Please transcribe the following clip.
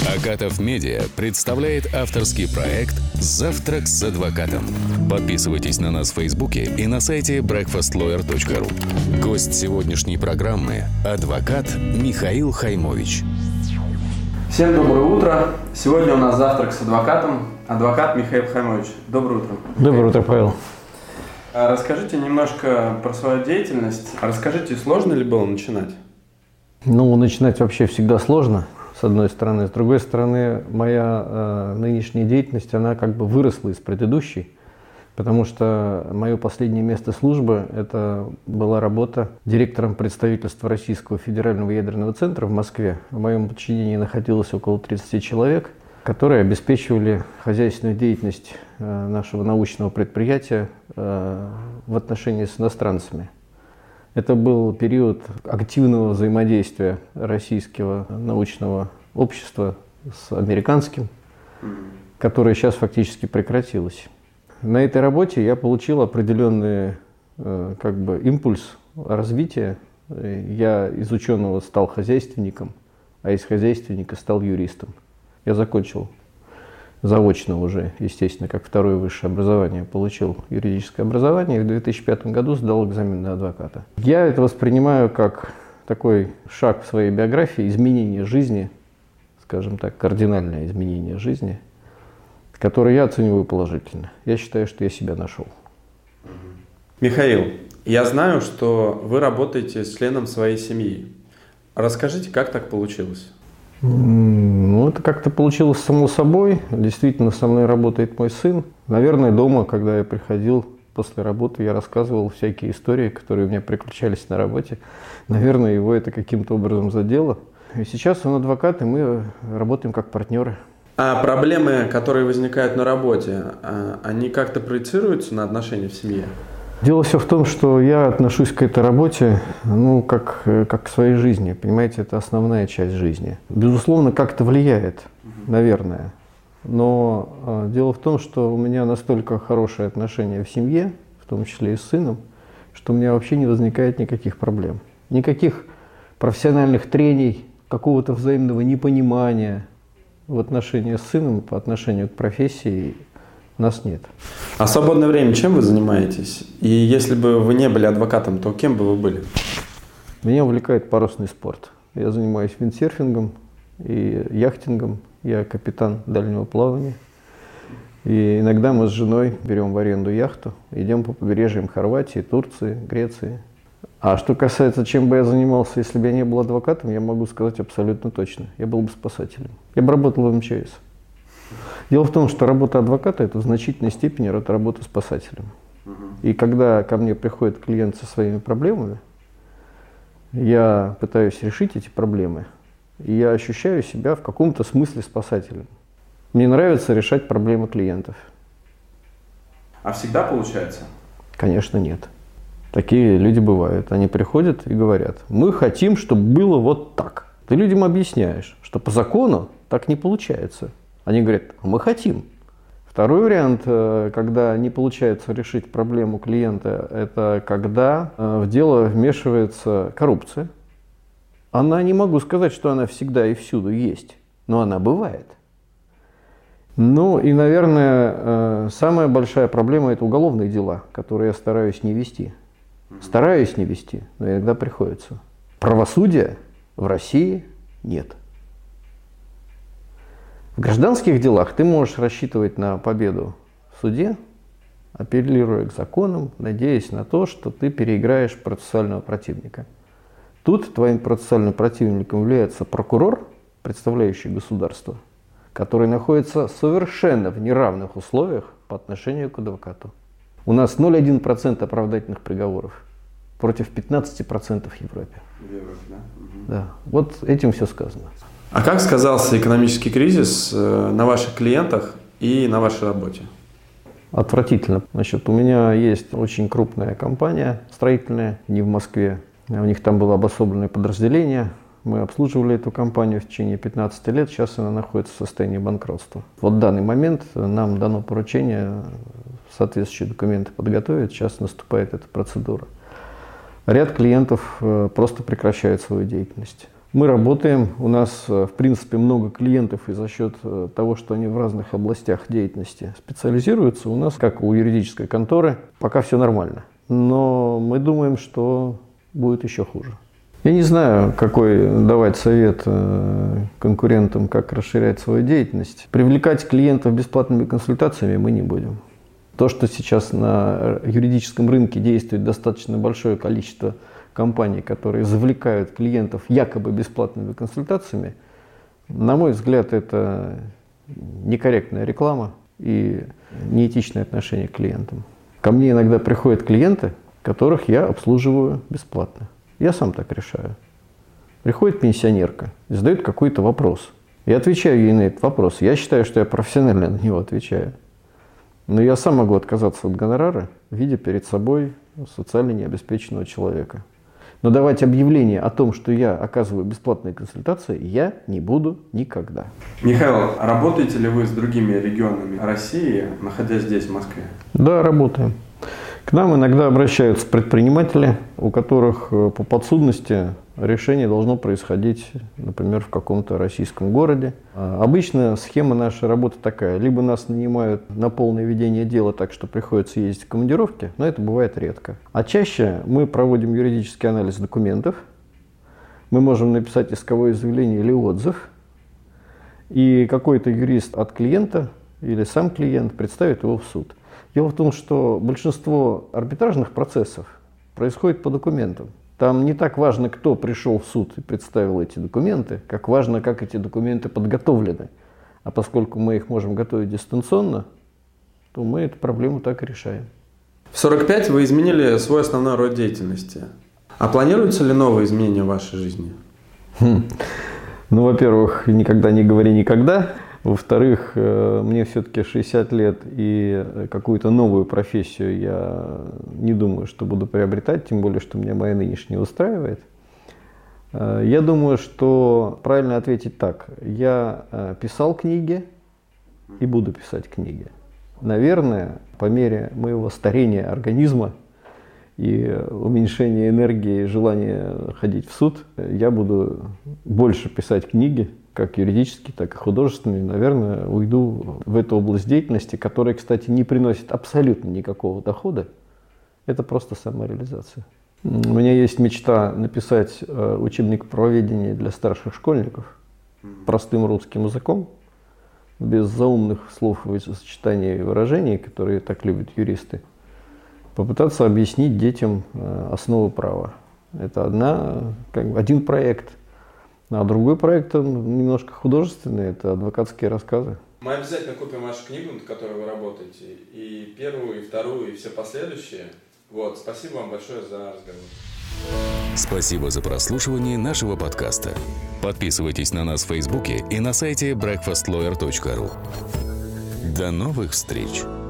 Акатов Медиа представляет авторский проект «Завтрак с адвокатом». Подписывайтесь на нас в Фейсбуке и на сайте breakfastlawyer.ru. Гость сегодняшней программы – адвокат Михаил Хаймович. Всем доброе утро. Сегодня у нас завтрак с адвокатом. Адвокат Михаил Хаймович. Доброе утро. Доброе утро, Павел. Расскажите немножко про свою деятельность. Расскажите, сложно ли было начинать? Начинать вообще всегда сложно, с одной стороны. С другой стороны, моя нынешняя деятельность, она как бы выросла из предыдущей, потому что мое последнее место службы – это была работа директором представительства Российского федерального ядерного центра в Москве. В моем подчинении находилось около 30 человек, которые обеспечивали хозяйственную деятельность нашего научного предприятия в отношении с иностранцами. Это был период активного взаимодействия российского научного общества с американским, которое сейчас фактически прекратилось. На этой работе я получил определенный импульс развития. Я из ученого стал хозяйственником, а из хозяйственника стал юристом. Я закончил заочно уже, естественно, как второе высшее образование, получил юридическое образование и в 2005 году сдал экзамен на адвоката. Я это воспринимаю как такой шаг в своей биографии, изменение жизни, скажем так, кардинальное изменение жизни, которое я оцениваю положительно. Я считаю, что я себя нашел. Михаил, я знаю, что вы работаете с членом своей семьи. Расскажите, как так получилось? Это как-то получилось само собой. Действительно, со мной работает мой сын. Наверное, дома, когда я приходил после работы, я рассказывал всякие истории, которые у меня приключались на работе. Наверное, его это каким-то образом задело. И сейчас он адвокат, и мы работаем как партнеры. А проблемы, которые возникают на работе, они как-то проецируются на отношения в семье? Дело все в том, что я отношусь к этой работе, как к своей жизни. Понимаете, это основная часть жизни. Безусловно, как-то влияет, наверное. Но дело в том, что у меня настолько хорошие отношения в семье, в том числе и с сыном, что у меня вообще не возникает никаких проблем. Никаких профессиональных трений, какого-то взаимного непонимания в отношении с сыном, по отношению к профессии у нас нет. А в свободное время чем вы занимаетесь? И если бы вы не были адвокатом, то кем бы вы были? Меня увлекает парусный спорт. Я занимаюсь виндсерфингом и яхтингом. Я капитан дальнего плавания. И иногда мы с женой берем в аренду яхту, идем по побережьям Хорватии, Турции, Греции. А что касается, чем бы я занимался, если бы я не был адвокатом, я могу сказать абсолютно точно. Я был бы спасателем. Я бы работал в МЧС. Дело в том, что работа адвоката – это в значительной степени работа спасателем. И когда ко мне приходит клиент со своими проблемами, я пытаюсь решить эти проблемы, и я ощущаю себя в каком-то смысле спасателем. Мне нравится решать проблемы клиентов. А всегда получается? Конечно, нет. Такие люди бывают. Они приходят и говорят: мы хотим, чтобы было вот так. Ты людям объясняешь, что по закону так не получается. Они говорят: мы хотим. Второй вариант, когда не получается решить проблему клиента, это когда в дело вмешивается коррупция. Она, не могу сказать, что она всегда и всюду есть, но она бывает. И, наверное, самая большая проблема – это уголовные дела, которые я стараюсь не вести. Стараюсь не вести, но иногда приходится. Правосудия в России нет. В гражданских делах ты можешь рассчитывать на победу в суде, апеллируя к законам, надеясь на то, что ты переиграешь процессуального противника. Тут твоим процессуальным противником является прокурор, представляющий государство, который находится совершенно в неравных условиях по отношению к адвокату. У нас 0,1% оправдательных приговоров против 15% в Европе. Да. Вот этим все сказано. А как сказался экономический кризис на ваших клиентах и на вашей работе? Отвратительно. У меня есть очень крупная компания строительная, не в Москве. У них там было обособленное подразделение. Мы обслуживали эту компанию в течение 15 лет. Сейчас она находится в состоянии банкротства. Вот в данный момент нам дано поручение соответствующие документы подготовить. Сейчас наступает эта процедура. Ряд клиентов просто прекращает свою деятельность. Мы работаем, у нас, в принципе, много клиентов, и за счет того, что они в разных областях деятельности специализируются, у нас, как у юридической конторы, пока все нормально. Но мы думаем, что будет еще хуже. Я не знаю, какой давать совет конкурентам, как расширять свою деятельность. Привлекать клиентов бесплатными консультациями мы не будем. То, что сейчас на юридическом рынке действует достаточно большое количество компаний, которые завлекают клиентов якобы бесплатными консультациями, на мой взгляд, это некорректная реклама и неэтичное отношение к клиентам. Ко мне иногда приходят клиенты, которых я обслуживаю бесплатно. Я сам так решаю. Приходит пенсионерка и задает какой-то вопрос. Я отвечаю ей на этот вопрос. Я считаю, что я профессионально на него отвечаю. Но я сам могу отказаться от гонорара, видя перед собой социально необеспеченного человека. Но давать объявление о том, что я оказываю бесплатные консультации, я не буду никогда. Михаил, работаете ли вы с другими регионами России, находясь здесь, в Москве? Да, работаем. К нам иногда обращаются предприниматели, у которых по подсудности решение должно происходить, например, в каком-то российском городе. Обычно схема нашей работы такая. Либо нас нанимают на полное ведение дела, так что приходится ездить в командировки, но это бывает редко. А чаще мы проводим юридический анализ документов. Мы можем написать исковое заявление или отзыв. И какой-то юрист от клиента или сам клиент представит его в суд. Дело в том, что большинство арбитражных процессов происходит по документам. Там не так важно, кто пришел в суд и представил эти документы, как важно, как эти документы подготовлены. А поскольку мы их можем готовить дистанционно, то мы эту проблему так и решаем. В 45 вы изменили свой основной род деятельности. А планируются ли новые изменения в вашей жизни? Ну, во-первых, никогда не говори никогда. Во-вторых, мне все-таки 60 лет, и какую-то новую профессию я не думаю, что буду приобретать, тем более, что меня моя нынешняя устраивает. Я думаю, что правильно ответить так. Я писал книги и буду писать книги. Наверное, по мере моего старения организма и уменьшения энергии и желания ходить в суд, я буду больше писать книги, как юридические, так и художественные. Наверное, уйду в эту область деятельности, которая, кстати, не приносит абсолютно никакого дохода. Это просто самореализация. У меня есть мечта написать учебник правоведения для старших школьников простым русским языком, без заумных слов, сочетаний и выражений, которые так любят юристы. Попытаться объяснить детям основы права. Это один проект. А другой проект, немножко художественный, это адвокатские рассказы. Мы обязательно купим вашу книгу, над которой вы работаете, и первую, и вторую, и все последующие. Спасибо вам большое за разговор. Спасибо за прослушивание нашего подкаста. Подписывайтесь на нас в Фейсбуке и на сайте breakfastlawyer.ru. До новых встреч!